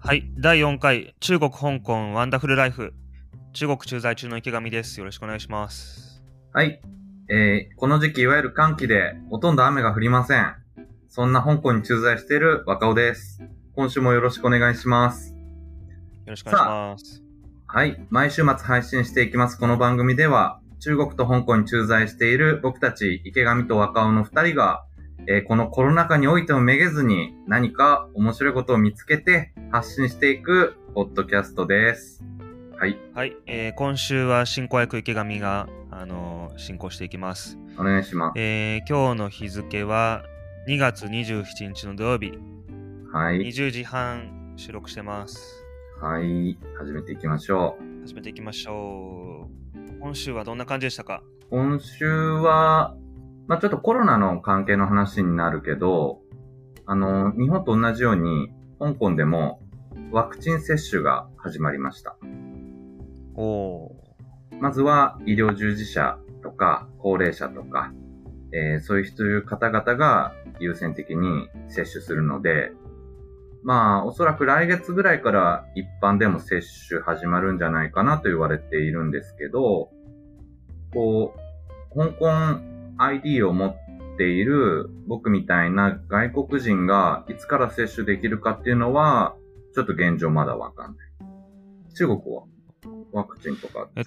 はい、第4回中国香港ワンダフルライフ、中国駐在中の池上です。よろしくお願いします。 はい。この時期いわゆる乾季でほとんど雨が降りません。そんな香港に駐在している若尾です。今週もよろしくお願いします。 よろしくお願いします。 はい。毎週末配信していきますこの番組では、中国と香港に駐在している僕たち池上と若尾の2人が、このコロナ禍においてもめげずに何か面白いことを見つけて発信していくポッドキャストです。はい。 はい、今週は進行役池上が、進行していきます。 お願いします。 今日の日付は2月27日の土曜日、 はい。 20時半収録してます。 はい。始めていきましょう。 今週はどんな感じでしたか？ 今週は、ちょっとコロナの関係の話になるけど、日本と同じように、香港でもワクチン接種が始まりました。まずは医療従事者とか高齢者とか、そういう方々が優先的に接種するので、おそらく来月ぐらいから一般でも接種始まるんじゃないかなと言われているんですけど、香港 ID を持っている僕みたいな外国人がいつから接種できるかっていうのは、ちょっと現状まだわかんない。中国はワクチンとか香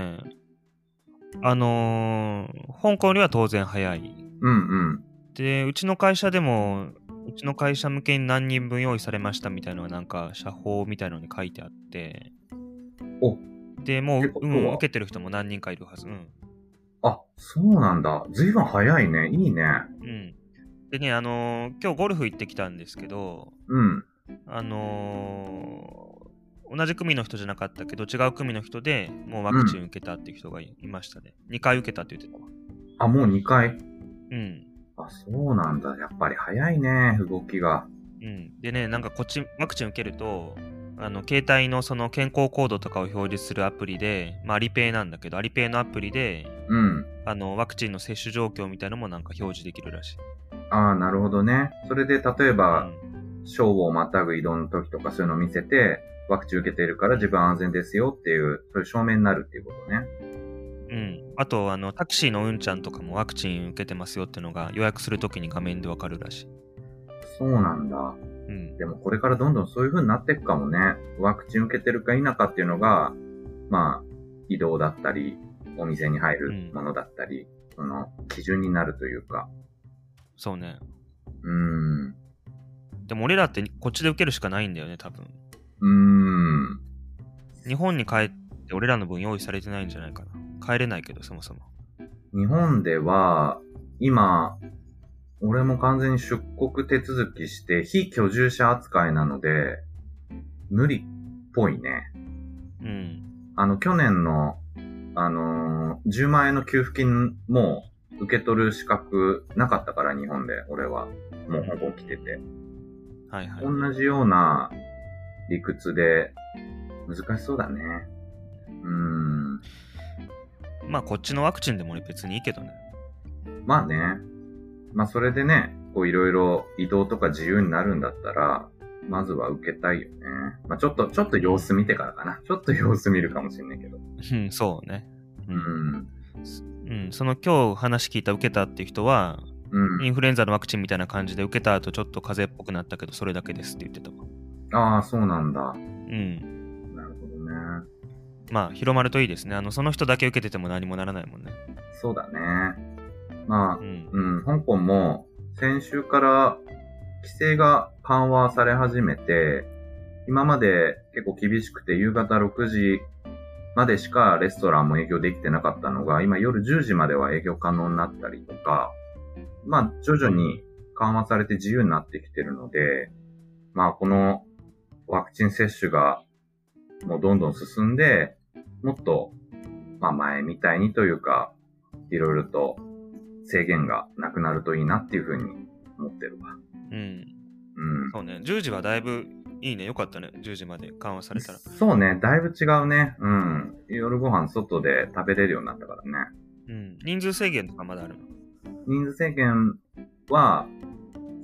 港よりは当然早い。で、うちの会社向けに何人分用意されましたみたいなのがなんか社報みたいなのに書いてあって、で、もう、受けてる人も何人かいるはず。 あ、そうなんだ。ずいぶん早いね。いいね。 でね、今日ゴルフ行ってきたんですけど、同じ組の人じゃなかったけど、違う組の人でもうワクチン受けたっていう人がいましたね。2回受けたって言ってたわ。 あ、もう2回？あ、そうなんだ。やっぱり早いね、動きが。 でね、なんかこっちワクチン受けると、携帯のその健康コードとかを表示するアプリで、アリペイなんだけど、アリペイのアプリで、ワクチンの接種状況みたいなのもなんか表示できるらしい。 ああ、なるほどね。それで例えば、省をまたぐ移動の時とかそういうのを見せて、ワクチン受けているから自分安全ですよっていう、そういう証明になるっていうことね。 あと、タクシーのうんちゃんとかもワクチン受けてますよっていうのが予約するときに画面でわかるらしい。 そうなんだ。でもこれからどんどんそういう風になっていくかもね。ワクチン受けてるか否かっていうのが、移動だったり、お店に入るものだったり、その基準になるというか。 そうね。でも俺らってこっちで受けるしかないんだよね、多分。日本に帰って俺らの分用意されてないんじゃないかな。帰れないけど、そもそも。 日本では、今、俺も完全に出国手続きして、非居住者扱いなので、無理っぽいね。去年の、10万円の給付金も受け取る資格なかったから、日本で、俺は。もう香港来てて。同じような理屈で、難しそうだね。 こっちのワクチンでも別にいいけどね。 それでね、いろいろ移動とか自由になるんだったら、まずは受けたいよね。ちょっと様子見てからかな。ちょっと様子見るかもしれないけど。 そうね。その今日話聞いた受けたっていう人は、インフルエンザのワクチンみたいな感じで受けた後ちょっと風邪っぽくなったけど、それだけですって言ってたわ。 ああ、そうなんだ。なるほどね。 広まるといいですね。その人だけ受けてても何もならないもんね。 そうだね。香港も先週から規制が緩和され始めて、今まで結構厳しくて夕方6時までしかレストランも営業できてなかったのが、今夜10時までは営業可能になったりとか、徐々に緩和されて自由になってきてるので、このワクチン接種がもうどんどん進んで、もっと、前みたいにというか、いろいろと制限がなくなるといいなっていうふうに思ってるわ。 そうね。10時はだいぶいいね。よかったね。10時まで緩和されたら。 そうね。だいぶ違うね。夜ご飯外で食べれるようになったからね。 人数制限とかまだあるの？ 人数制限は、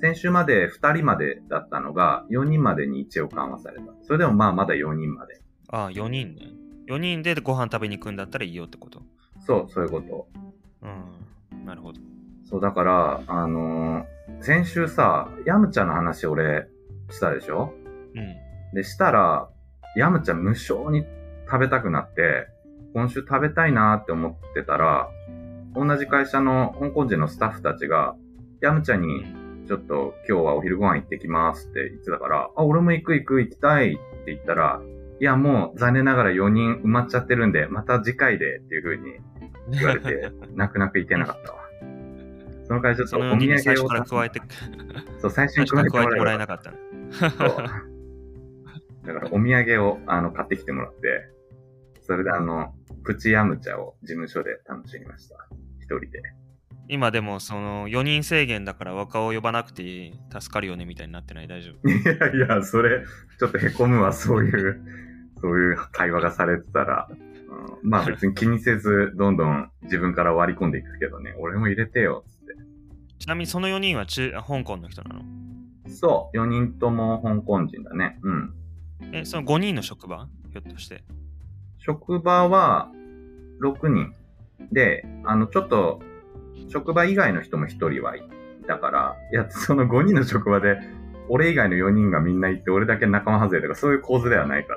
先週まで2人までだったのが、4人までに一応緩和された。それでもまだ4人まで。 ああ、4人ね。4人でご飯食べに行くんだったらいいよってこと？ そういうこと。 なるほど。 そう、だから、先週さ、ヤムチャの話俺したでしょ？で、したら、ヤムチャ無性に食べたくなって、今週食べたいなって思ってたら、同じ会社の香港人のスタッフたちが、ヤムチャにちょっと今日はお昼ご飯行ってきますって言ってたから、俺も行きたいって言ったら、いやもう残念ながら4人埋まっちゃってるんで、また次回でっていう風に言われて、泣く泣く行けなかったわ。その会社ちょっとお土産を最初から加えて、 そう、最初に加えてもらえなかったね。 そう。だからお土産を買ってきてもらって、それでプチヤムチャを事務所で楽しみました。一人で。 今でもその4人制限だから若を呼ばなくて助かるよねみたいになってない？大丈夫？ いや、それ、ちょっと凹むわ、そういう会話がされてたら。まあ別に気にせず、どんどん自分から割り込んでいくけどね、俺も入れてよ、つって。 ちなみにその4人は香港の人なの？ そう、4人とも香港人だね。 その5人の職場？ひょっとして。 職場は6人。で、ちょっと、職場以外の人も1人はいたから、いや、その5人の職場で、俺以外の4人がみんな行って、俺だけ仲間外れとか、そういう構図ではないから。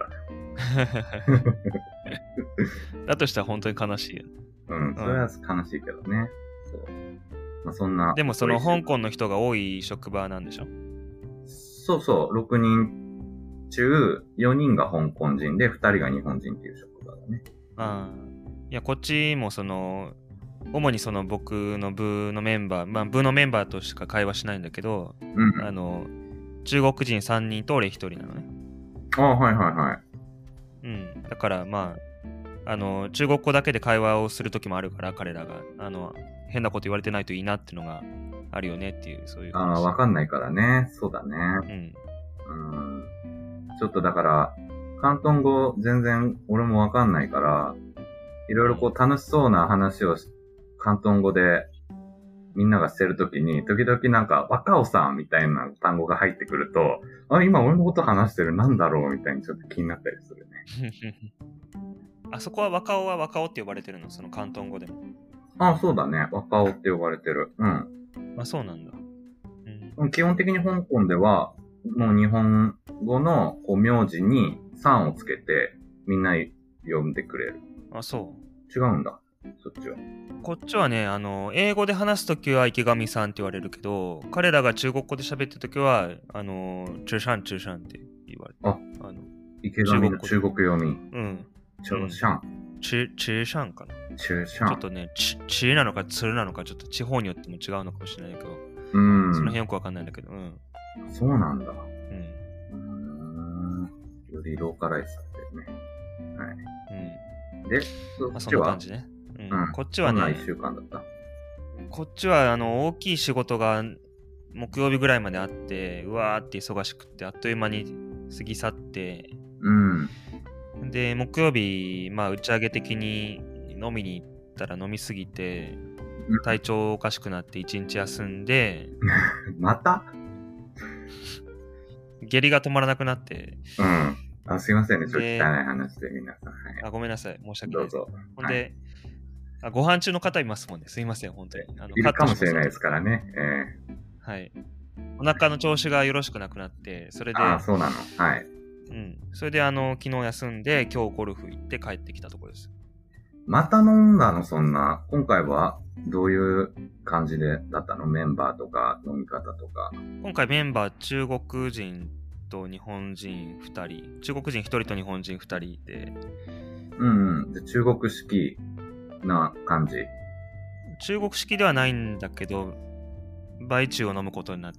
だとしたら本当に悲しいよ。 それは悲しいけどね。そう。まあ、そんな。 でもその香港の人が多い職場なんでしょ？ そう、6人中4人が香港人で2人が日本人っていう職場だね。 いや、こっちもその、主にその僕の部のメンバー、部のメンバーとしか会話しないんだけど、中国人3人と俺1人なのね。 はい。 だから中国語だけで会話をするときもあるから、彼らが変なこと言われてないといいなっていうのがあるよねっていう、そういう。 わかんないからね。そうだね。ちょっとだから、広東語全然俺もわかんないから、いろいろ楽しそうな話を広東語でみんながしてるときに、時々なんか、若尾さんみたいな単語が入ってくると、今俺のこと話してるなんだろうみたいにちょっと気になったりするね。 あそこは若尾って呼ばれてるの？その広東語でも。 そうだね。若尾って呼ばれてる。 そうなんだ。 基本的に香港では、もう日本語の名字にさんをつけて、みんな呼んでくれる。 そう。 違うんだ。そっちは。 こっちはね、英語で話すときは池上さんって言われるけど、彼らが中国語で喋ってるときは、中山って言われる。 池上の中国読み。中山。 中山かな。 中山。 ちょっとね、ちなのかつるなのか、ちょっと地方によっても違うのかもしれないけど、その辺よくわかんないんだけど、 そうなんだ。よりローカライズされてるね。はい。で、 そんな感じね。こっちはね、 こんな1週間だった。 こっちは大きい仕事が木曜日ぐらいまであって、うわーって忙しくってあっという間に過ぎ去って、で木曜日打ち上げ的に飲みに行ったら飲みすぎて体調おかしくなって1日休んでまた下痢が止まらなくなって、 すいませんね、ちょっと汚い話で皆さん。 ごめんなさい、申し訳ない。 どうぞ。 ほんで、ご飯中の方いますもんね。すいません、本当に。 いるかもしれないですからね。 はい。お腹の調子がよろしくなくなって、それで。 そうなの。はい。 それで昨日休んで、今日ゴルフ行って帰ってきたところです。 また飲んだの、そんな。今回はどういう感じだったの？メンバーとか飲み方とか。 今回メンバー、中国人と日本人2人。中国人1人と日本人2人で。 で中国式な感じ。 中国式ではないんだけど、白酒を飲むことになって、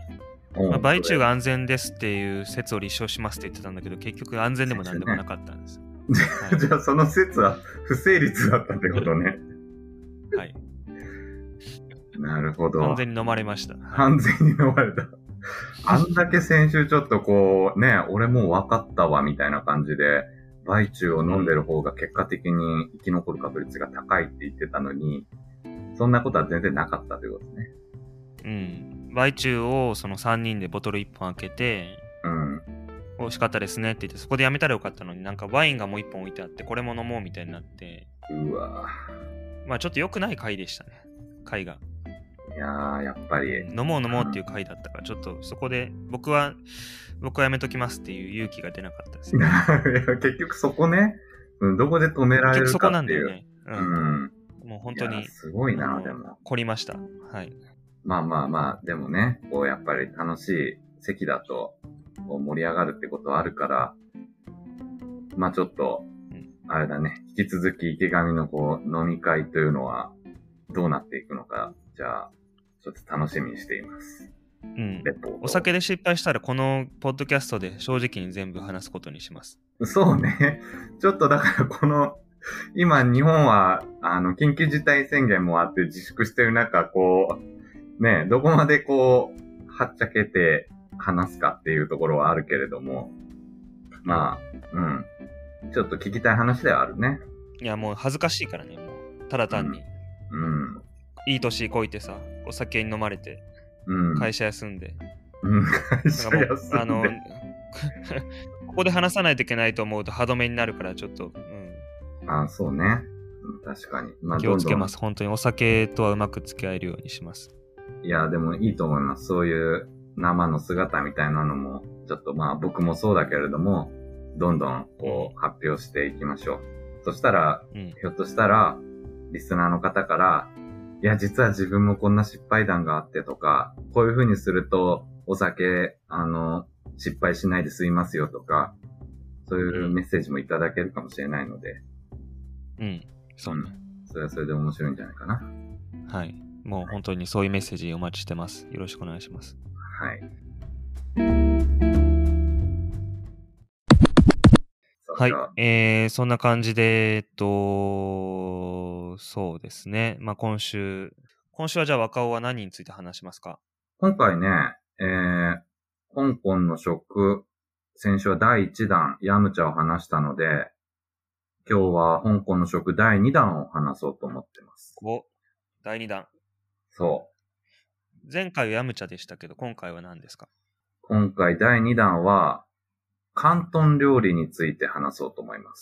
白酒が安全ですっていう説を立証しますって言ってたんだけど、結局安全でも何でもなかったんです。 じゃあその説は不成立だったってことね。 はい。 なるほど。 完全に飲まれました。 完全に飲まれた。あんだけ先週ちょっと俺もう分かったわみたいな感じで、白酒を飲んでる方が結果的に生き残る確率が高いって言ってたのに、そんなことは全然なかったということね。 売中をその3人でボトル1本開けて、美味しかったですねって言って、そこでやめたらよかったのに、なんかワインがもう1本置いてあって、これも飲もうみたいになって、 うわまあちょっと良くない回でしたね、回が。 いやー、やっぱり。 飲もうっていう回だったから、ちょっとそこで僕はやめときますっていう勇気が出なかったですね。 結局そこね、どこで止められるかっていう。結局そこなんだよね。もう本当に。 すごいな、でも。凝りました。はい。 まあ、でもね、こうやっぱり楽しい席だと、こう盛り上がるってことはあるから、まあちょっと、あれだね、引き続き池上のこう飲み会というのはどうなっていくのか、じゃあ、ちょっと楽しみにしています。 お酒で失敗したらこのポッドキャストで正直に全部話すことにします。 そうね。ちょっとだからこの、今日本は、緊急事態宣言もあって自粛してる中、こう、ね、どこまでこう、はっちゃけて話すかっていうところはあるけれども、まあ、ちょっと聞きたい話ではあるね。 いや、もう恥ずかしいからね、もう。ただ単に。いい年こいてさ、お酒に飲まれて、会社休んで。 会社休んで。 ここで話さないといけないと思うと歯止めになるから、ちょっと。 そうね。確かに。 まあ、気をつけます。本当にお酒とはうまく付き合えるようにします。 いや、でもいいと思います。そういう生の姿みたいなのも、ちょっとまあ僕もそうだけれども、どんどんこう発表していきましょう。そしたら、ひょっとしたら、リスナーの方から、いや、実は自分もこんな失敗談があってとか、こういう風にすると、お酒、失敗しないで済みますよとか、そういうメッセージもいただけるかもしれないので。 そうね。 それはそれで面白いんじゃないかな。 はい。もう本当にそういうメッセージお待ちしてます。よろしくお願いします。 はい。 はい。そんな感じで、そうですね。まあ今週はじゃあ若尾は何について話しますか？ 今回ね、香港の食、先週は第1弾、ヤムチャを話したので、今日は香港の食第2弾を話そうと思ってます。 第2弾。 そう。 前回はヤムチャでしたけど、今回は何ですか？ 今回第2弾は、広東料理について話そうと思います。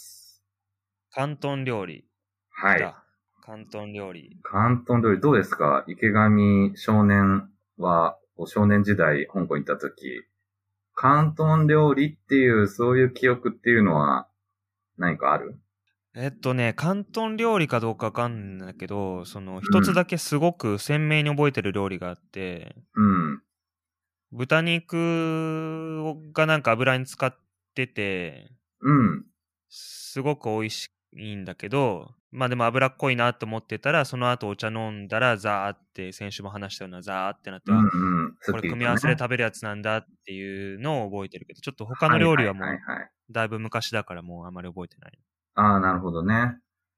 広東料理。 はい。 広東料理。 広東料理どうですか？池上少年は、少年時代香港行った時、広東料理っていうそういう記憶っていうのは何かある？ 広東料理かどうかわかんないけど、その一つだけすごく鮮明に覚えてる料理があって、豚肉がなんか油に使ってて、すごく美味しいんだけど、まあでも脂っこいなと思ってたら、その後お茶飲んだらザーって、先週も話したようなザーってなって、これ組み合わせで食べるやつなんだっていうのを覚えてるけど、ちょっと他の料理はもうだいぶ昔だからもうあまり覚えてない。 なるほどね。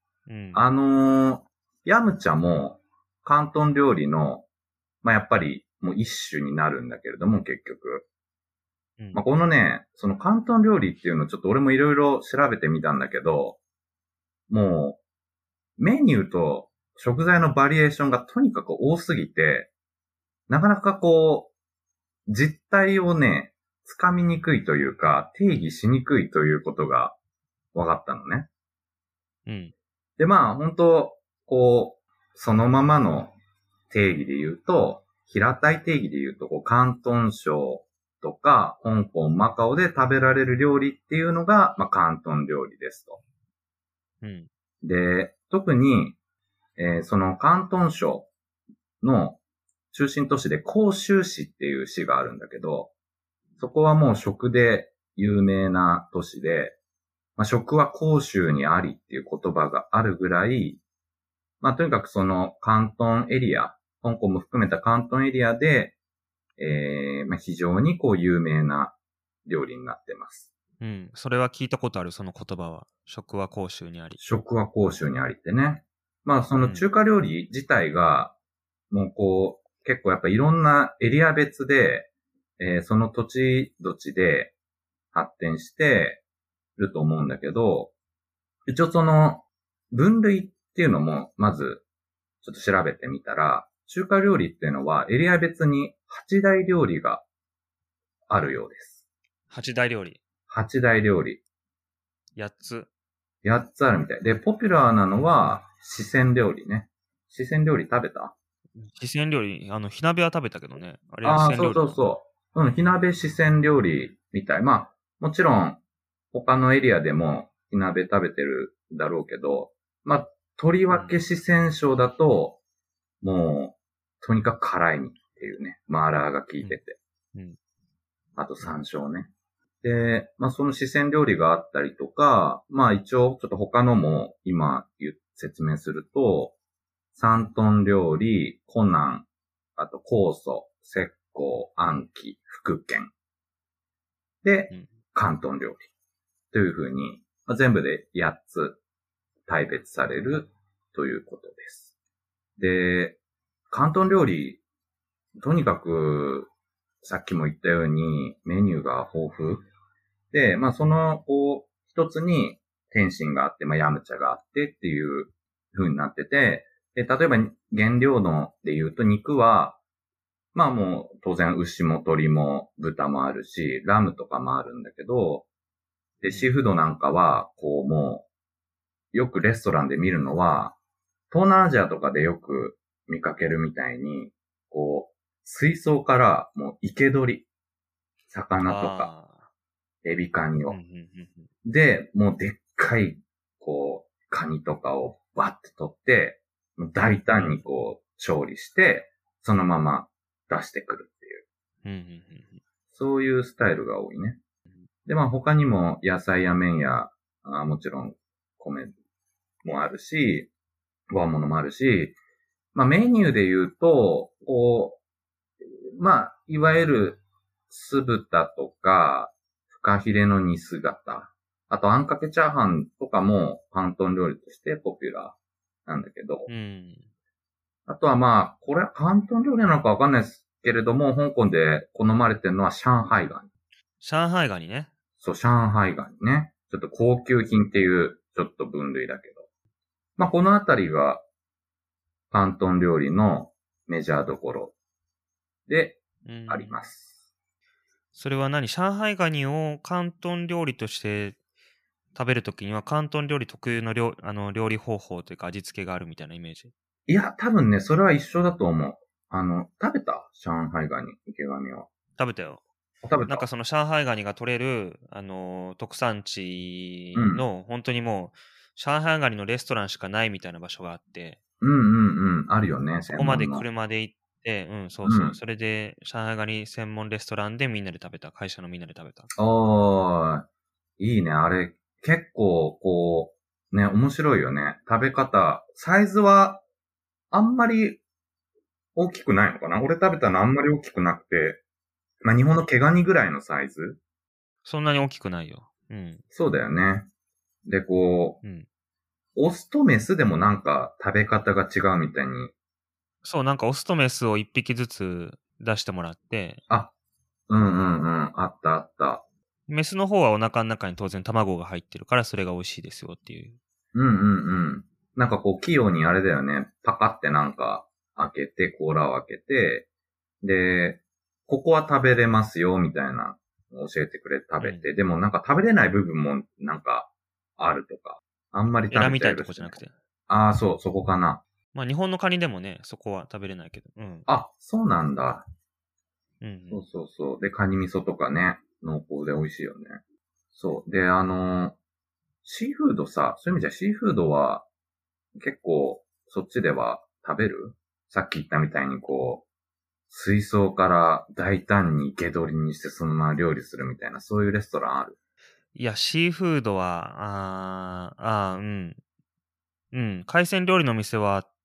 ヤムチャも広東料理の、まあ、やっぱりもう一種になるんだけれども、結局。まあ、このね、その広東料理っていうのをちょっと俺もいろいろ調べてみたんだけど、もう、メニューと食材のバリエーションがとにかく多すぎて、なかなかこう、実態をね、つかみにくいというか、定義しにくいということが分かったのね。で、まあ、本当こう、そのままの定義で言うと、平たい定義で言うと、広東省とか、香港、マカオで食べられる料理っていうのが、まあ、広東料理ですと。で、特に、その広東省の中心都市で広州市っていう市があるんだけど、そこはもう食で有名な都市で、まあ、食は広州にありっていう言葉があるぐらい、まあ、とにかくその広東エリア、香港も含めた広東エリアで、まあ、非常にこう有名な料理になってます。 それは聞いたことある、その言葉は。食は広州にあり。 食は広州にありってね。まあ、その中華料理自体が、もうこう、結構やっぱいろんなエリア別で、その土地土地で発展してると思うんだけど、一応その分類っていうのも、まずちょっと調べてみたら、 中華料理っていうのはエリア別に8大料理があるようです。 8大料理。 8大料理。 8つ。 8つあるみたい。で、ポピュラーなのは四川料理ね。四川料理食べた？ 四川料理、火鍋は食べたけどね。あれは四川料理。 そうそう。火鍋四川料理みたい。まあ、もちろん、他のエリアでも火鍋食べてるだろうけど、まあ、とりわけ四川省だと、もう、とにかく辛いっていうね。マーラーが効いてて。あと山椒ね。で、まあその四川料理があったりとか、まあ一応ちょっと他のも今説明すると、山東料理、湖南、あと江蘇、浙江、安徽、福建。で、広東料理。というふうに、まあ、全部で8つ大別されるということです。で、広東料理、とにかく、さっきも言ったようにメニューが豊富。で、まあその、一つに天津があって、まあヤムチャがあってっていう風になってて、で、例えば原料ので言うと肉は、まあもう当然牛も鶏も豚もあるし、ラムとかもあるんだけど、で、シーフードなんかは、もう、よくレストランで見るのは、東南アジアとかでよく見かけるみたいに、水槽からもう生け捕り、魚とか、エビカニを。で、もうでっかい、カニとかをバッと取って、大胆に調理して、そのまま出してくるっていう。そういうスタイルが多いね。で、まあ他にも野菜や麺や、もちろん米もあるし、ご飯物もあるし、まあメニューで言うと、まあ、いわゆる酢豚とか、フカヒレの煮姿、あとあんかけチャーハンとかも広東料理としてポピュラーなんだけど、あとはまあ、これは広東料理なのかわかんないですけれども、香港で好まれてるのは上海ガニ。 上海ガニね。 そう、上海ガニね。ちょっと高級品っていうちょっと分類だけど。まあ、このあたりが広東料理のメジャーどころであります。 それは何？上海ガニを広東料理として食べるときには広東料理特有の料理方法というか味付けがあるみたいなイメージ？ いや、多分ね、それは一緒だと思う。食べた？上海ガニ、池ガニは。 食べたよ。 食べた。 なんかその上海ガニが取れる、特産地の、本当にもう、上海ガニのレストランしかないみたいな場所があって。 あるよね、 そこまで車で行って、そう。それで、上海ガニ専門レストランでみんなで食べた。会社のみんなで食べた。 いいね。あれ、結構、ね、面白いよね。食べ方。サイズは、あんまり大きくないのかな？俺食べたのあんまり大きくなくて、まあ、日本の毛ガニぐらいのサイズ？ そんなに大きくないよ。 そうだよね。で、オスとメスでもなんか食べ方が違うみたいに。 そう、なんかオスとメスを一匹ずつ出してもらって。 あった。 メスの方はお腹の中に当然卵が入ってるからそれが美味しいですよっていう。 なんか器用にあれだよね。パカってなんか開けて、甲羅を開けて、で、ここは食べれますよ、みたいな教えてくれて食べて、でもなんか食べれない部分もなんかあるとか、あんまり食べちゃう。 みたいなとこじゃなくて。 そう、そこかな。 まあ日本のカニでもね、そこは食べれないけど。 そうなんだ。そう。で、カニ味噌とかね、濃厚で美味しいよね。そう。で、シーフードさ、そういう意味じゃシーフードは結構そっちでは食べる？さっき言ったみたいに水槽から大胆に生け捕りにしてそのまま料理するみたいな、そういうレストランある？ いや、シーフードは、海鮮料理の店はあって、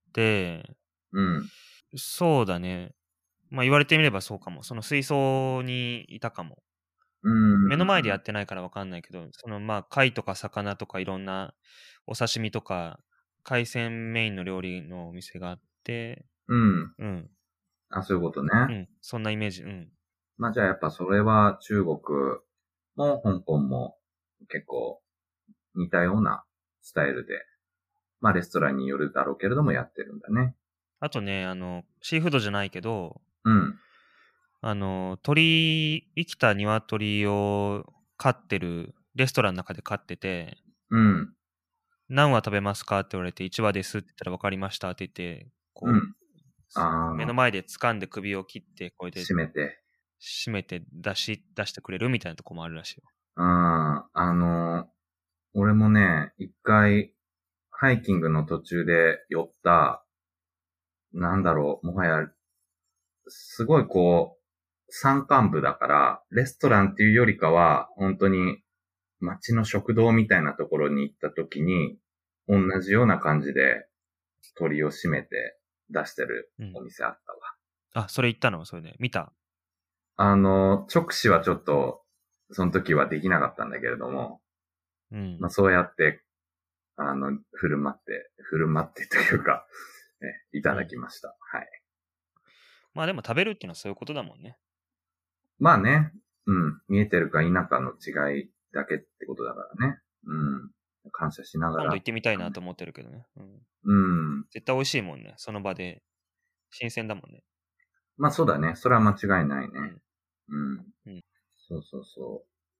そうだね。まあ言われてみればそうかも。その水槽にいたかも。目の前でやってないからわかんないけど、貝とか魚とかいろんなお刺身とか、海鮮メインの料理のお店があって、 そういうことね。 そんなイメージ。 まあじゃあやっぱそれは中国も香港も結構似たようなスタイルで、まあレストランによるだろうけれどもやってるんだね。 あとね、シーフードじゃないけど、 うん。 生きた鶏を飼ってる、レストランの中で飼ってて、 うん。 何羽食べますかって言われて、1羽ですって言ったら分かりましたって言って、こうん。 う、目のああ、 前で掴んで首を切って、これで閉めて。 締めて出してくれるみたいなとこもあるらしいよ。 うん。俺もね、一回、ハイキングの途中で寄った、なんだろう、もはや、すごいこう、山間部だから、レストランっていうよりかは、本当に街の食堂みたいなところに行った時に、同じような感じで鳥を締めて出してるお店あったわ。 あ、それ言ったのそれね。見た。 直視はちょっと、その時はできなかったんだけれども、 うん。 まあそうやって、振る舞ってというか、いただきました。はい。 まあでも食べるっていうのはそういうことだもんね。 まあね、うん、見えてるか否かの違いだけってことだからね。うん。感謝しながら。 今度行ってみたいなと思ってるけどね。 うん。 絶対美味しいもんね。その場で。新鮮だもんね。 まあそうだね。それは間違いないね。うん。 うん。 そうそうそう。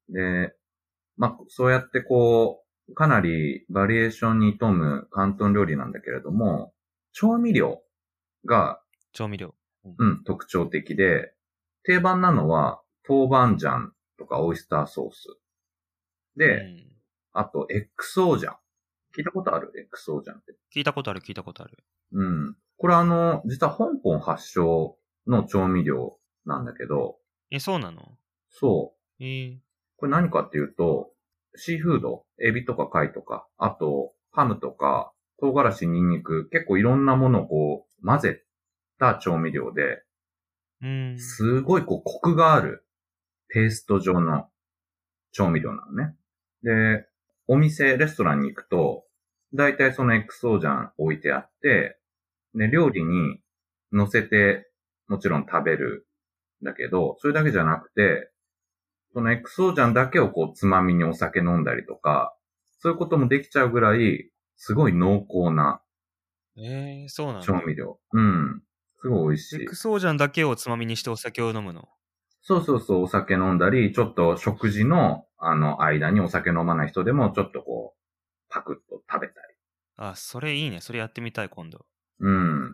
で、まあそうやってこう、かなりバリエーションに富む広東料理なんだけれども、調味料が、 調味料。 特徴的で、定番なのは、豆板醤とかオイスターソース。で、あと、XO 醤。聞いたことある？ XO 醤って。 聞いたことある。 うん。これ実は香港発祥の調味料なんだけど。 そうなの？ そう。これ何かっていうと、シーフード、エビとか貝とか、あと、ハムとか、唐辛子、ニンニク、結構いろんなものをこう、混ぜた調味料で、すごいこう、コクがあるペースト状の調味料なのね。で、お店、レストランに行くと、だいたいその XO ジャン置いてあって、で、料理に乗せて、もちろん食べるんだけど、それだけじゃなくて、その XO ジャンだけをこう、つまみにお酒飲んだりとか、そういうこともできちゃうぐらい、すごい濃厚なそうなんだ。 調味料。うん。すごい美味しい。 XO ジャンだけをつまみにしてお酒を飲むの？ そうそうそう、お酒飲んだり、ちょっと食事の、間にお酒飲まない人でも、ちょっとこう、パクッと食べたり。 あ、それいいね。それやってみたい、今度。 うん。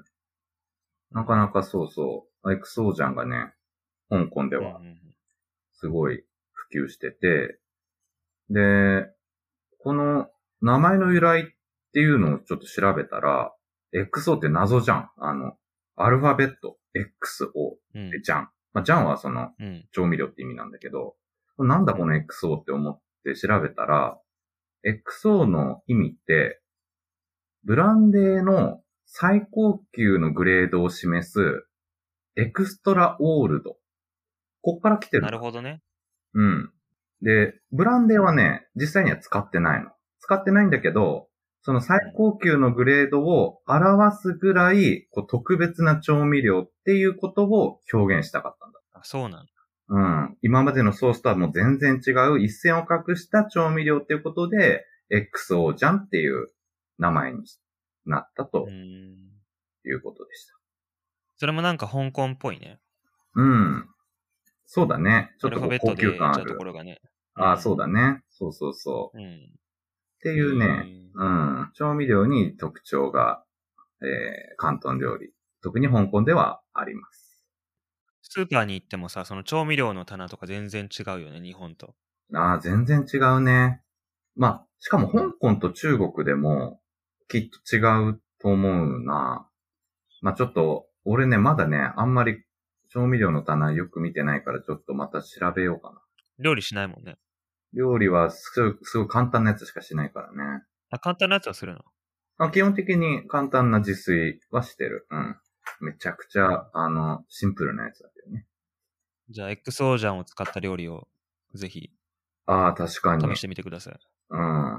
なかなかそうそう、XO ジャンがね、香港では、すごい普及してて、で、この名前の由来っていうのをちょっと調べたら、XO って謎じゃん。アルファベット XO ってじゃん。まあ、ジャンはその、調味料って意味なんだけど、なんだこの XO って思って調べたら、XO の意味って、ブランデーの最高級のグレードを示す、エクストラオールド。こっから来てる。 なるほどね。 うん。で、ブランデーはね、実際には使ってないの。使ってないんだけど、その最高級のグレードを表すぐらい、こう特別な調味料っていうことを表現したかったんだ。 あ、そうなんだ。 うん。今までのソースとはもう全然違う一線を画した調味料っていうことで、XO ジャンっていう名前になったということでした。 それもなんか香港っぽいね。 うん。そうだね。ちょっとこう高級感ある。 ところがね。 ああ、そうだね。そうそうそう。っていうね、調味料に特徴が、広東料理。特に香港ではあります。 スーパーに行ってもさ、その調味料の棚とか全然違うよね、日本と。 ああ、全然違うね。まあ、しかも香港と中国でもきっと違うと思うな。まあちょっと、俺ね、まだね、あんまり調味料の棚よく見てないからちょっとまた調べようかな。 料理しないもんね。 料理はすごい簡単なやつしかしないからね。 あ、簡単なやつはするの？ 基本的に簡単な自炊はしてる。うん。めちゃくちゃ、シンプルなやつだけどね。 じゃあ、XO ジャンを使った料理を、ぜひ。 ああ、確かに。 試してみてください。 うん。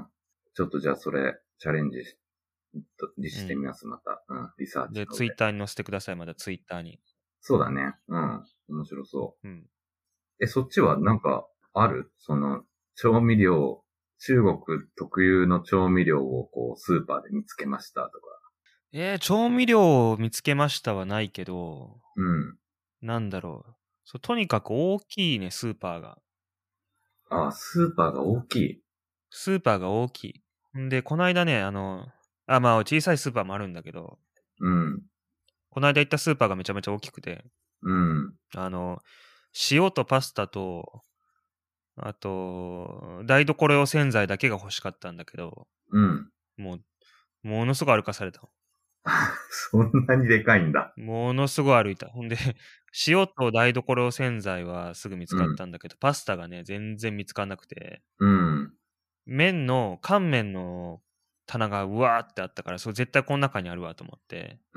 ちょっとじゃあそれ、チャレンジしてみます、また。リサーチ。 で、ツイッターに載せてください、まだツイッターに。 そうだね。面白そう。そっちはなんか、ある？その、調味料、中国特有の調味料をこう、スーパーで見つけましたとか。 調味料を見つけましたはないけど、 うん。 なんだろう。そう、とにかく大きいね、スーパーが。 あ、スーパーが大きい。 スーパーが大きい。んで、この間ね、まあ、小さいスーパーもあるんだけど、 うん。 この間行ったスーパーがめちゃめちゃ大きくて、 うん。 塩とパスタと、あと、台所用洗剤だけが欲しかったんだけど、 うん。 もものすごい歩かされた。 そんなにでかいんだ。 ものすごい歩いた。ほんで、塩と台所用洗剤はすぐ見つかったんだけど、パスタがね、全然見つかんなくて、 うん。 乾麺の棚がうわーってあったから、それ絶対この中にあるわと思って、 うん。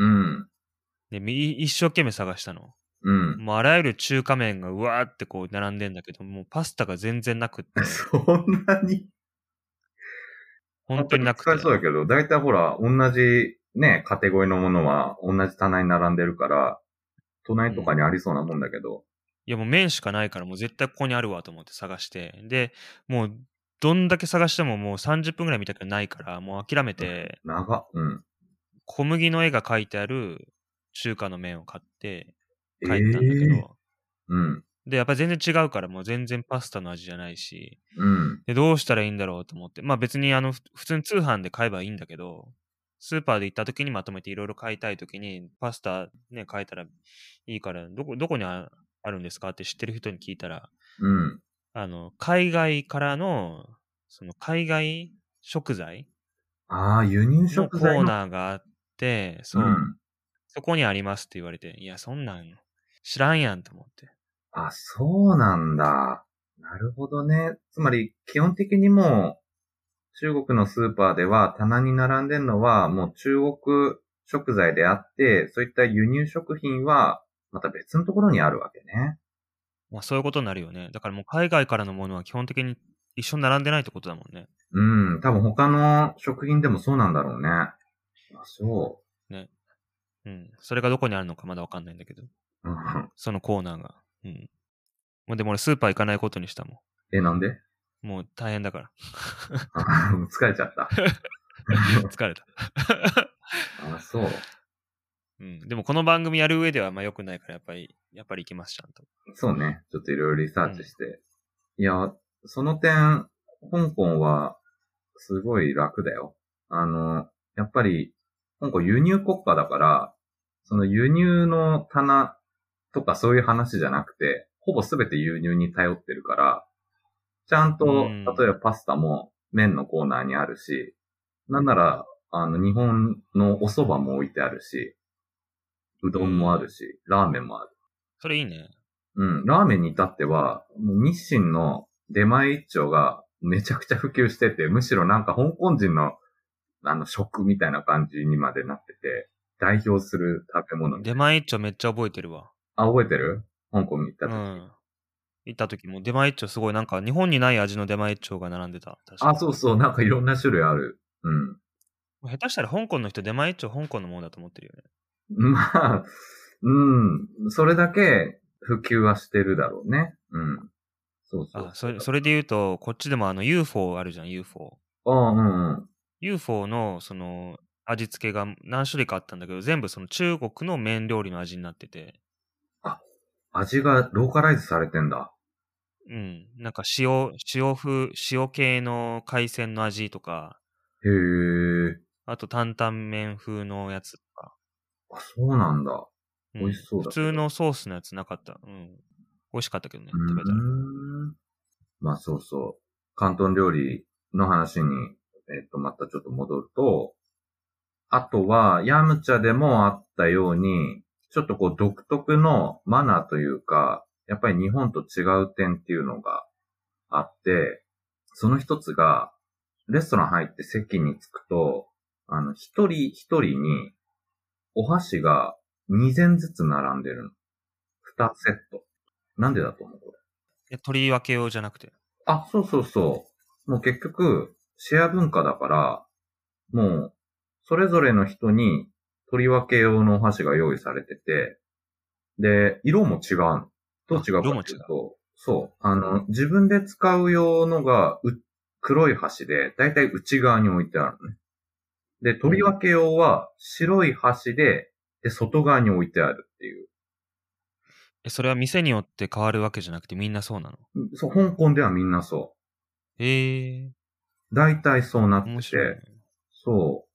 で、一生懸命探したの。 うん。 もうあらゆる中華麺がうわーってこう並んでんだけど、もうパスタが全然なくって、 そんなに本当になくて。 使えそうだけど、だいたいほら、同じね、カテゴリーのものは同じ棚に並んでるから、隣とかにありそうなもんだけど。 いやもう麺しかないからもう絶対ここにあるわと思って探して、で、もうどんだけ探してももう30分ぐらい見たけどないから、もう諦めて、 長っ。うん。 小麦の絵が描いてある中華の麺を買ってえ帰ったんだけえど、 うん。 で、やっぱり全然違うからもう全然パスタの味じゃないし、 うん。 で、どうしたらいいんだろうと思って、まあ別に普通に通販で買えばいいんだけど、スーパーで行った時にまとめていろいろ買いたい時に、パスタね、買えたらいいから、どこにあるんですかって知ってる人に聞いたら、 うん。 海外からの、その海外食材ああ、輸入のコー食材の。 ナーがあって、 うん。 そこにありますって言われて、いや、そんなん知らんやんと思って。 あ、そうなんだ。なるほどね。つまり、基本的にもう、中国のスーパーでは棚に並んでるのはもう中国食材であって、そういった輸入食品はまた別のところにあるわけね。 まあそういうことになるよね。だからもう海外からのものは基本的に一緒に並んでないってことだもんね。 うん、多分他の食品でもそうなんだろうね。あ、そね。うん。それがどこにあるのかまだわかんないんだけど。 う。うん、 そのコーナーが。うん。もうでも俺スーパー行かないことにしたもなんで？ ん。もう大変だから。 疲れちゃった。 疲れた。 あ、そう。 うん。でもこの番組やる上ではまあ良くないからやっぱり行きます、ちゃんと。 そうね。ちょっといろいろリサーチして。いや、その点、香港はすごい楽だよ。やっぱり、香港輸入国家だから、その輸入の棚とかそういう話じゃなくて、ほぼすべて輸入に頼ってるから、ちゃんうと、例えん。 ばパスタも麺のコーナーにあるし、なんなら、日本のお蕎麦も置いてあるし、うどんもあるし、ラーメンもある。 それいいね。 うん、ラーメンに至っては、もう日清の出前一丁がめちゃくちゃ普及してて、むしろなんか香港人の食みたいな感じにまでなってて、代表する食べ物みた出い前一丁めっちゃ覚えてるわ。 な。あ、覚えてる？香港に行った時。 うん。行った時も出前一丁すごいなんか日本にない味の出前一丁が並んでた。確あ、 か。 そうそう、なんかいろんな種類ある。うん。 下手したら香港の人出前一丁香港のものだと思ってるよね。 まあ、うん。それだけ普及はしてるだろうね。うん。そうそうあ、 そう。 それで言うと、こっちでもUFO あるじゃん、UFO。 ああ、うんうん。 UFO のその味付けが何種類かあったんだけど、全部その中国の麺料理の味になってて。 あ、味がローカライズされてんだ。 うん。なんか塩系の海鮮の味とか、 へえ。 あと担々麺風のやつとか。 あ、そうなんだ。美味しうん。普そうだけど。 通のソースのやつなかった。うん。美味しかったけどね、 う食べたら。 ーん。まあそうそう。広東料理の話に、またちょっと戻ると、あとは、ヤムチャでもあったように、ちょっとこう独特のマナーというか、やっぱり日本と違う点っていうのがあって、その一つが、レストラン入って席に着くと、一人一人にお箸が2膳ずつ並んでるの。2セット。なんでだと思うこれ？ 取り分けようじゃなくて。 あ、そうそうそう。もう結局、シェア文化だから、もう、それぞれの人に取り分け用のお箸が用意されてて、で、色も違うの。どう違うか色も違う。 っていうと、そう、自分で使う用のが、黒い箸で、だいたい内側に置いてあるのね。 で、取り分け用は白い箸で、外側に置いてあるっていう。 それは店によって変わるわけじゃなくてみんなそうなの？ そう、香港ではみんなそう。大体そうなってて。面白いね。そう。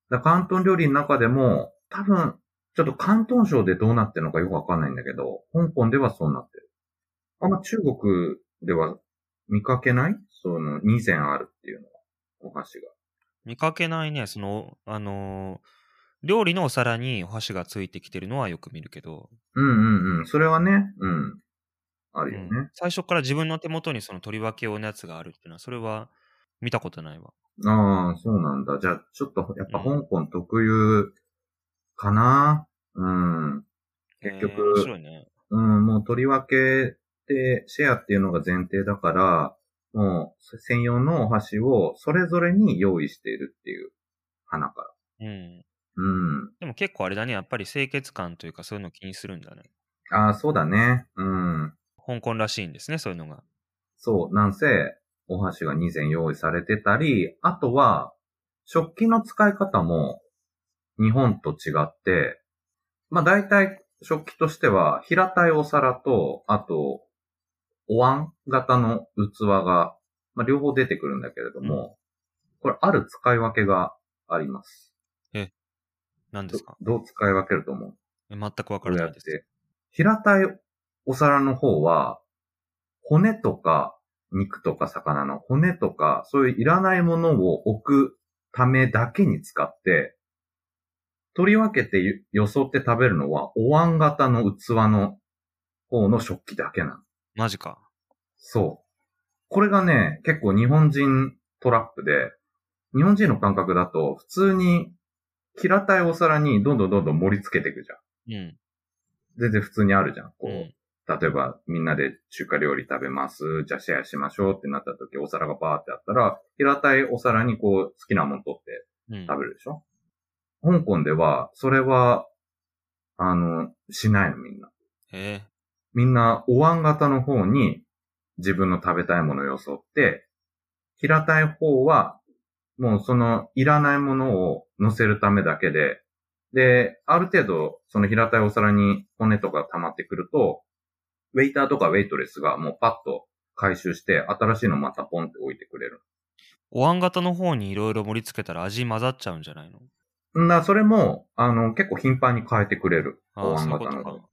だ広東料理の中でも、多分、ちょっと広東省でどうなってるのかよくわかんないんだけど、香港ではそうなってる。あんま中国では見かけない？その2膳あるっていうのは、お箸が。 見かけないね。料理のお皿にお箸がついてきてるのはよく見るけど。 それはね、あるよね、 最初から自分の手元にその取り分け用のやつがあるっていうのは、それは見たことないわ。 ああ、そうなんだ。じゃあ、ちょっと、やっぱ香港特有かな。結局、 面白いね。 もう取り分けてシェアっていうのが前提だから、もう専用のお箸をそれぞれに用意しているっていう花から。 でも結構あれだね、やっぱり清潔感というかそういうのを気にするんだね。 ああ、そうだね。 香港らしいんですね、そういうのが。 そう、なんせ、お箸が2膳用意されてたり、あとは、食器の使い方も日本と違って、まあ大体食器としては平たいお皿と、あと、お椀型の器が、まあ両方出てくるんだけれども、これある使い分けがあります。 何ですか？ どう使い分けると思う？ 全くわからないです。 平たいお皿の方は、骨とか肉とか魚の骨とか、そういういらないものを置くためだけに使って、取り分けてよそって食べるのは、お椀型の器の方の食器だけなの。 マジか。 そう。これがね、結構日本人トラップで、日本人の感覚だと、普通に平たいお皿にどんどん盛り付けていくじゃん。全然普通にあるじゃん。例えばみんなで中華料理食べます。じゃあシェアしましょうってなった時、お皿がバーってあったら、平たいお皿に好きなもの取って食べるでしょ。香港では、それは、しないのみんな。みんなお椀型の方に自分の食べたいものをよそって、平たい方は、もうそのいらないものを乗せるためだけで、で、ある程度、その平たいお皿に骨とか溜まってくると、ウェイターとかウェイトレスがもうパッと回収して、新しいのまたポンって置いてくれる。 お椀型の方にいろいろ盛り付けたら味混ざっちゃうんじゃないの？ それも、結構頻繁に変えてくれる。お椀型の方。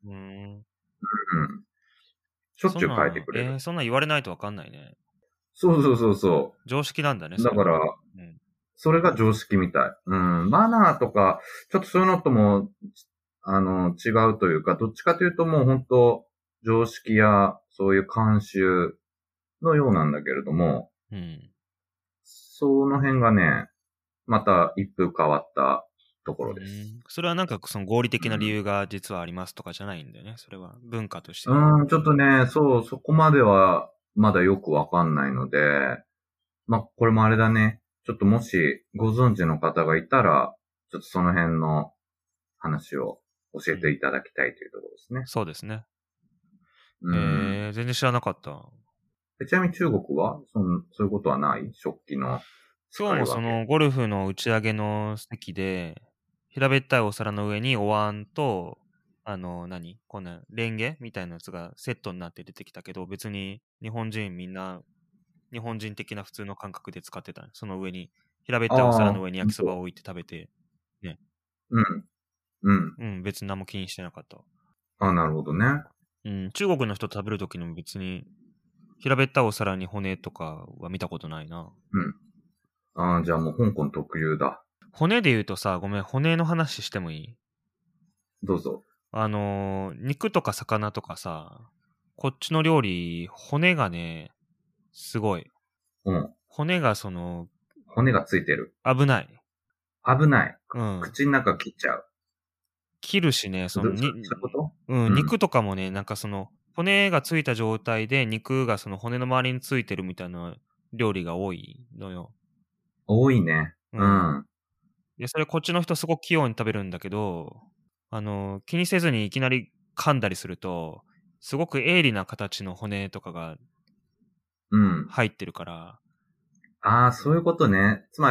しょっちゅう変えてくれる。 そんな言われないとわかんないね。 そう。 常識なんだね。 だから、それが常識みたい。マナーとか、ちょっとそういうのとも、違うというか、どっちかというともう本当常識や、そういう慣習のようなんだけれども、その辺がね、また一風変わったところです。 それはなんかその合理的な理由が実はありますとかじゃないんだよね。それは文化として。 ちょっとね、そこまではまだよくわかんないので、まあ、これもあれだね。ちょっともしご存知の方がいたら、ちょっとその辺の話を教えていただきたいというところですね。 そうですね。全然知らなかった。 ちなみに中国はそういうことはない？食器の使い分け。 今日もそのゴルフの打ち上げの席で、平べったいお皿の上にお椀と、こんなレンゲみたいなやつがセットになって出てきたけど、別に日本人みんな、日本人的な普通の感覚で使ってた。その上に、平べったいお皿の上に焼きそばを置いて食べて、ね。別に何も気にしてなかった。 なるほどね。 中国の人食べるときにも別に、平べったいお皿に骨とかは見たことないな。 じゃあもう香港特有だ。 骨で言うとさ、ごめん、骨の話してもいい？ どうぞ。 肉とか魚とかさ、こっちの料理、骨がね、すごい。骨が骨がついてる。 危ない。 危ない。口の中切っちゃう。 切るしね、 そういうこと？ 肉とかもね、なんか骨がついた状態で肉がその骨の周りについてるみたいな料理が多いのよ。 多いね。 で、それこっちの人すごく器用に食べるんだけど、気にせずにいきなり噛んだりすると、すごく鋭利な形の骨とかが、入ってるから。 そういうことね。つまり、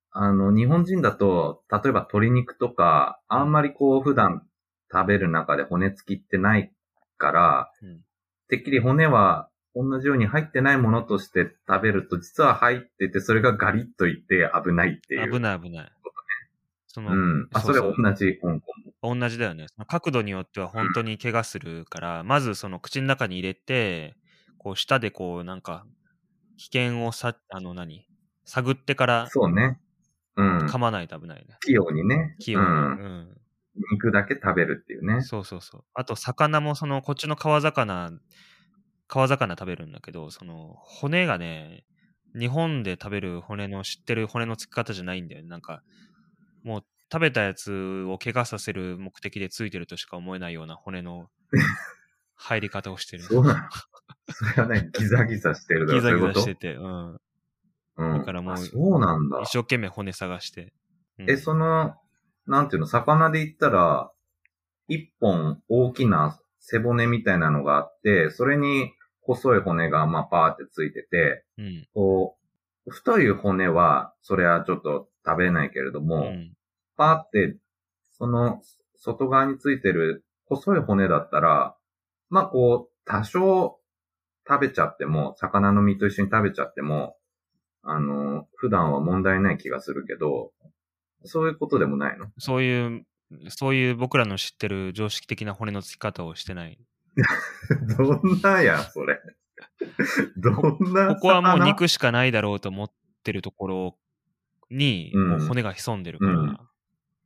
日本人だと、例えば鶏肉とか、あんまりこう普段食べる中で骨付きってないから、てっきり骨は同じように入ってないものとして食べると、実は入ってて、それがガリッといって危ないっていう。 危ない。 それ同じ、香港も。同じだよね。角度によっては本当に怪我するから、まずその口の中に入れて、こう舌でこうなんか、危険を探ってから、 そうね。 噛まないと危ないね。 器用にね。 器用に。 肉だけ食べるっていうね。 そう。あと、魚もこっちの川魚食べるんだけど、骨がね、日本で食べる知ってる骨の付き方じゃないんだよね。なんか、もう食べたやつを怪我させる目的でついてるとしか思えないような骨の入り方をしてる。 そうなの。それはね、ギザギザしてるだろ。 ギザギザしてて、 だからもう、 そうなんだ。 一生懸命骨探して。 なんていうの、魚で言ったら、一本大きな背骨みたいなのがあって、それに細い骨がパーってついてて、こう、太い骨は、それはちょっと食べないけれども、パーって、その外側についてる細い骨だったら、こう、多少食べちゃっても、魚の身と一緒に食べちゃっても、普段は問題ない気がするけど、そういうことでもないの？ そういう僕らの知ってる常識的な骨の付き方をしてない。 どんなや、それ。どんなここはもう肉しかないだろうと思ってるところに、もう骨が潜んでるから。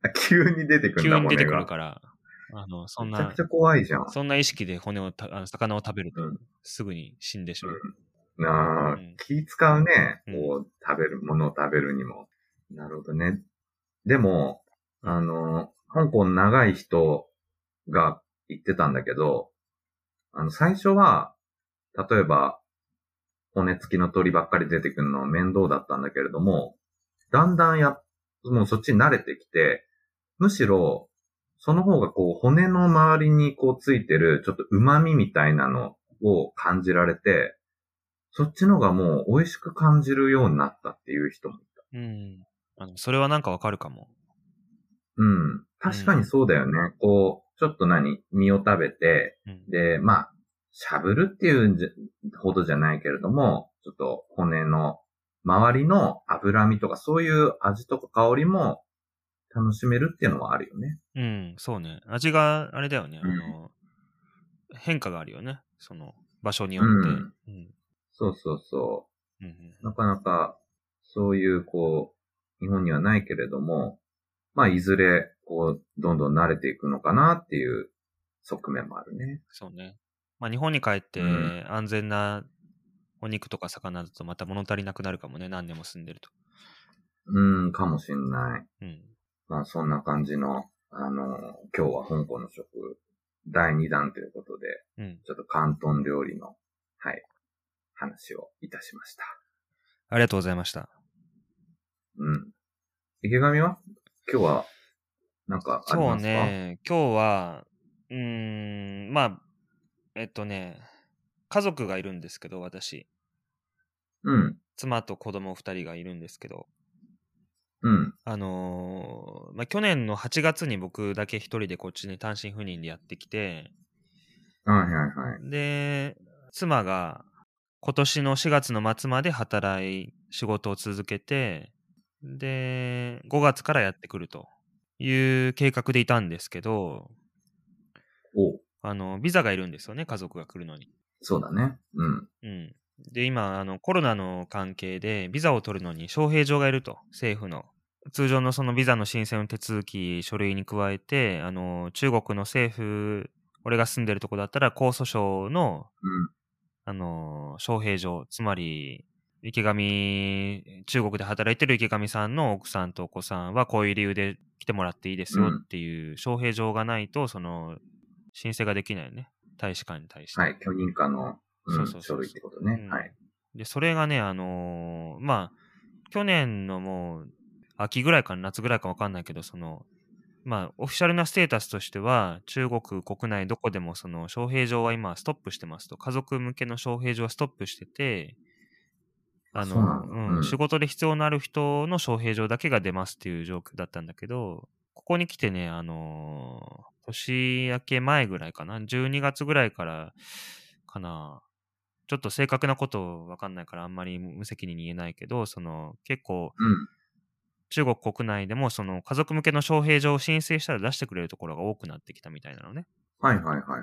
急に出てくるんだ、 急に出てくるから。そんな、 めちゃくちゃ怖いじゃん。 そんな意識で魚を食べると、すぐに死んでしまう。 気使うね。こう、ものを食べるにも。なるほどね。でも、香港長い人が言ってたんだけど、最初は、例えば、骨付きの鳥ばっかり出てくるの面倒だったんだけれども、だんだんもうそっちに慣れてきて、むしろ、その方がこう、骨の周りにこうついてる、ちょっと旨味みたいなのを感じられて、そっちのがもう美味しく感じるようになったっていう人もいた。それはなんかわかるかも。 確かにそうだよね。こう、ちょっと身を食べて、で、しゃぶるっていうほどじゃないけれども、ちょっと骨の周りの脂身とかそういう味とか香りも楽しめるっていうのはあるよね。 そうね。味があれだよね。変化があるよね。その場所によって。 そう。なかなかそういうこう、日本にはないけれども、いずれこう、どんどん慣れていくのかなっていう側面もあるね。 そうね。日本に帰って安全なお肉とか魚だとまた物足りなくなるかもね。何年も住んでると。 かもしんない。そんな感じの、今日は香港の食第2弾ということで、ちょっと広東料理の、話をいたしました。 ありがとうございました。 池上は今日は、なんかありますか？ そうね。今日は、家族がいるんですけど、私。妻と子供2人がいるんですけど。去年の8月に僕だけ一人でこっちに単身赴任でやってきて、で、妻が今年の4月の末まで仕事を続けて、で、5月からやってくるという計画でいたんですけど、ビザがいるんですよね、家族が来るのに。 そうだね。 で、今、コロナの関係でビザを取るのに招聘状がいると、政府の。通常のそのビザの申請の手続き、書類に加えて、中国の政府、俺が住んでるとこだったら、江蘇省の、招聘状、つまり、中国で働いてる池上さんの奥さんとお子さんはこういう理由で来てもらっていいですよっていう招聘状がないと、申請ができないよね。大使館に対して。 許認可の、書類ってことね。 で、それがね、去年のもう、秋ぐらいか夏ぐらいか分かんないけど、オフィシャルなステータスとしては、中国国内どこでも招聘状は今ストップしてますと。家族向けの招聘状はストップしてて、 仕事で必要のある人の招聘状だけが出ますっていう状況だったんだけど、ここに来てね、年明け前ぐらいかな、12月ぐらいからかな、ちょっと正確なことわかんないからあんまり無責任に言えないけど、結構、中国国内でも家族向けの招聘状を申請したら出してくれるところが多くなってきたみたいなのね。 はいはいはいはい。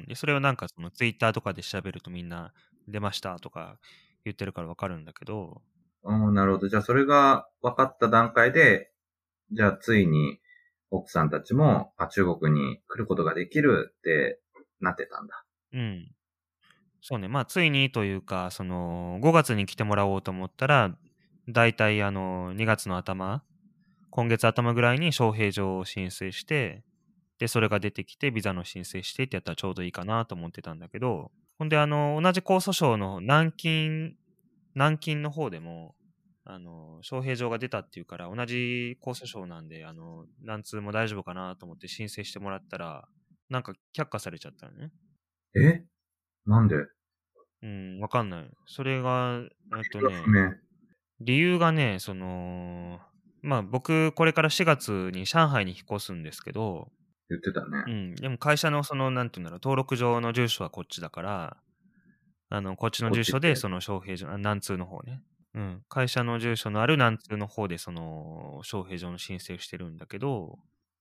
でそれをなんかツイッターとかで調べるとみんな出ましたとか言ってるからわかるんだけど。 なるほど。じゃあそれが分かった段階で、じゃあついに奥さんたちも中国に来ることができるってなってたんだ。 そうね。まあついにというか、5月に来てもらおうと思ったら、だいたい2月の頭、今月頭ぐらいに招聘状を申請して、で、それが出てきて、ビザの申請してってやったらちょうどいいかなと思ってたんだけど、ほんで、同じ江蘇省の南京の方でも、招聘状が出たっていうから、同じ江蘇省なんで、南通も大丈夫かなと思って申請してもらったら、なんか却下されちゃったのね。 なんで？ わかんない。それが、理由がね、まあ僕、これから4月に上海に引っ越すんですけど、 言ってたね。 でも会社のなんていうんだろう、登録上の住所はこっちだから、こっちの住所で招聘状、南通の方ね。会社の住所のある南通の方で招聘状の申請してるんだけど、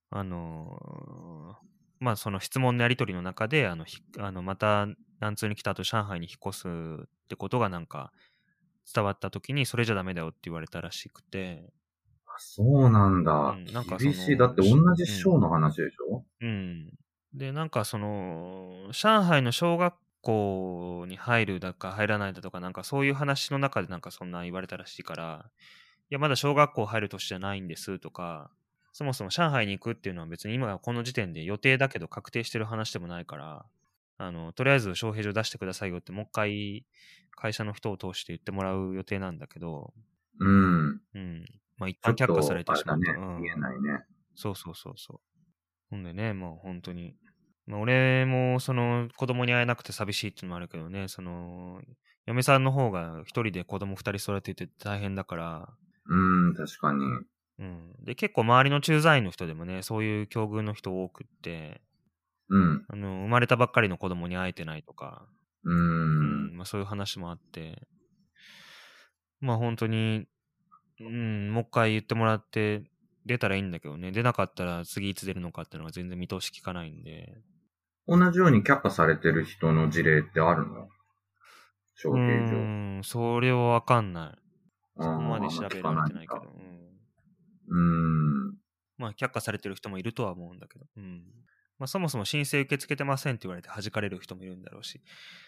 まあ質問のやり取りの中で、また南通に来た後上海に引っ越すってことがなんか伝わった時にそれじゃダメだよって言われたらしくて。 そうなんだ。なんか厳しい。だって同じ省の話でしょ？ で、なんか上海の小学校に入るだか入らないだとか、なんかそういう話の中でなんかそんな言われたらしいから、いや、まだ小学校入る年じゃないんですとか、そもそも上海に行くっていうのは別に今この時点で予定だけど確定してる話でもないから、とりあえず招聘状出してくださいよってもう一回会社の人を通して言ってもらう予定なんだけど、まあ一旦却下されてしまった。 言えないね。 そう。ほんでね、もう本当に。まあ、俺も子供に会えなくて寂しいっていうのもあるけどね、嫁さんの方が一人で子供二人育てて大変だから。 確かに。 で、結構周りの駐在員の人でもね、そういう境遇の人多くって、生まれたばっかりの子供に会えてないとか、まあそういう話もあって、まあ本当に、もう一回言ってもらって出たらいいんだけどね、出なかったら次いつ出るのかっていうのが全然見通し聞かないんで。 同じように却下されてる人の事例ってあるの？招聘状。 それはわかんない。そこまで調べられてないけど。まあ却下されてる人もいるとは思うんだけど。まあそもそも申請受け付けてませんって言われて弾かれる人もいるんだろうし。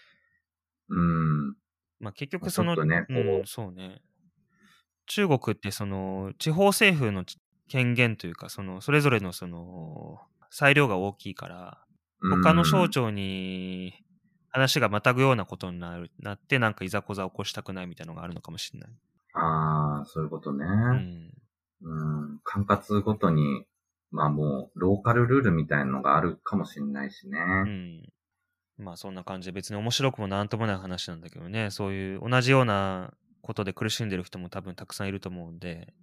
まあ結局そうね。中国って地方政府の権限というか、それぞれの裁量が大きいから、他の省庁に話がまたぐようなことになって、なんかいざこざを起こしたくないみたいなのがあるのかもしれない。 そういうことね。管轄ごとに、まあもう、ローカルルールみたいなのがあるかもしれないしね。 まあそんな感じで別に面白くもなんともない話なんだけどね、そういう同じようなことで苦しんでる人も多分たくさんいると思うんで。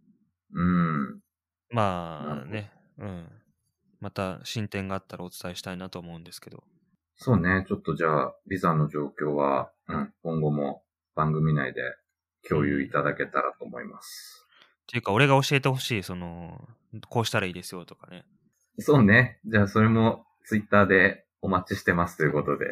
まあね、また進展があったらお伝えしたいなと思うんですけど。 そうね、ちょっとじゃあ、ビザの状況は、今後も番組内で共有いただけたらと思います。 っていうか、俺が教えてほしい、こうしたらいいですよとかね。 そうね。じゃあ、それもツイッターでお待ちしてますということで。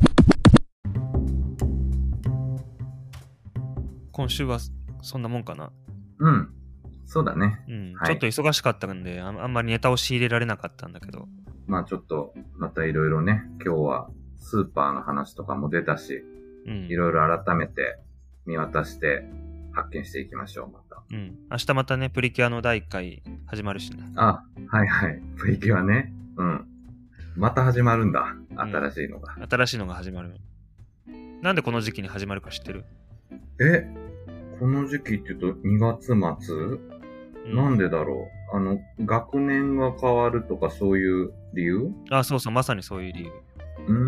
今週はそんなもんかな。 そうだね。 ちょっと忙しかったんで、あんまりネタを仕入れられなかったんだけど。 まあちょっと、またいろいろね、今日はスーパーの話とかも出たし、いろいろ改めて見渡して発見していきましょう、また。 明日またね、プリキュアの第1回始まるしね。 はいはい。プリキュアね。また始まるんだ。新しいのが。 新しいのが始まる。なんでこの時期に始まるか知ってる？ この時期って言うと2月末？なんでだろう。学年が変わるとかそういう理由？ そうそう、まさにそういう理由。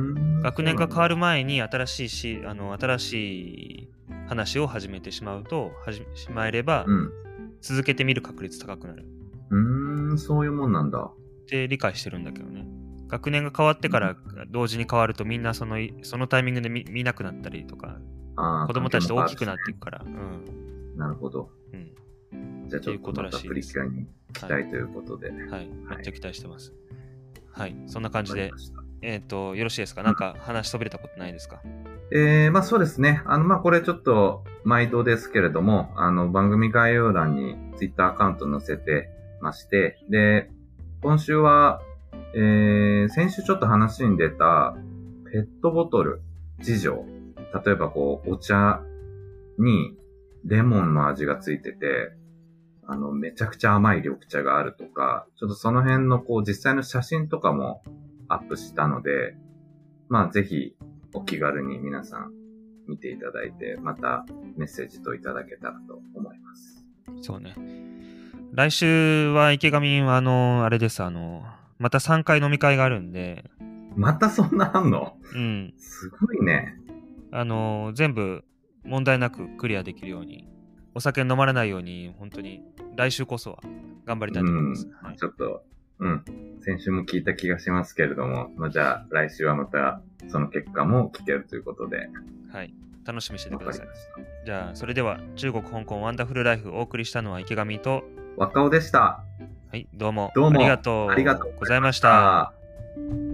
学年が変わる前に新しい話を始めてしまうと、しまえれば、続けてみる確率高くなる。 そういうもんなんだ。 って理解してるんだけどね。学年が変わってから同時に変わるとみんなそのタイミングで 見なくなったりとか、子供たちと大きくなっていくから。 なるほど。じゃあちょっとまたプリキュアに期待ということで。 はい。めっちゃ期待してます。はい。そんな感じで、よろしいですか？なんか話しそびれたことないですか？ まあそうですね。これちょっと毎度ですけれども、番組概要欄に Twitter アカウント載せてまして、で、今週は、先週ちょっと話に出たペットボトル事情。例えばお茶にレモンの味がついてて、めちゃくちゃ甘い緑茶があるとか、ちょっとその辺の実際の写真とかもアップしたので、ぜひお気軽に皆さん見ていただいて、またメッセージといただけたらと思います。 そうね。来週は池上はあれです、また3回飲み会があるんで。 またそんなあんの？すごいね。 全部問題なくクリアできるように、お酒飲まれないように、本当に来週こそは頑張りたいと思います。 ちょっと、先週も聞いた気がしますけれども、じゃあ来週はまたその結果も聞けるということで。 はい。楽しみにしててください。じゃあ、それでは中国香港ワンダフルライフをお送りしたのは池上と若尾でした。 はい、どうもありがとうございました。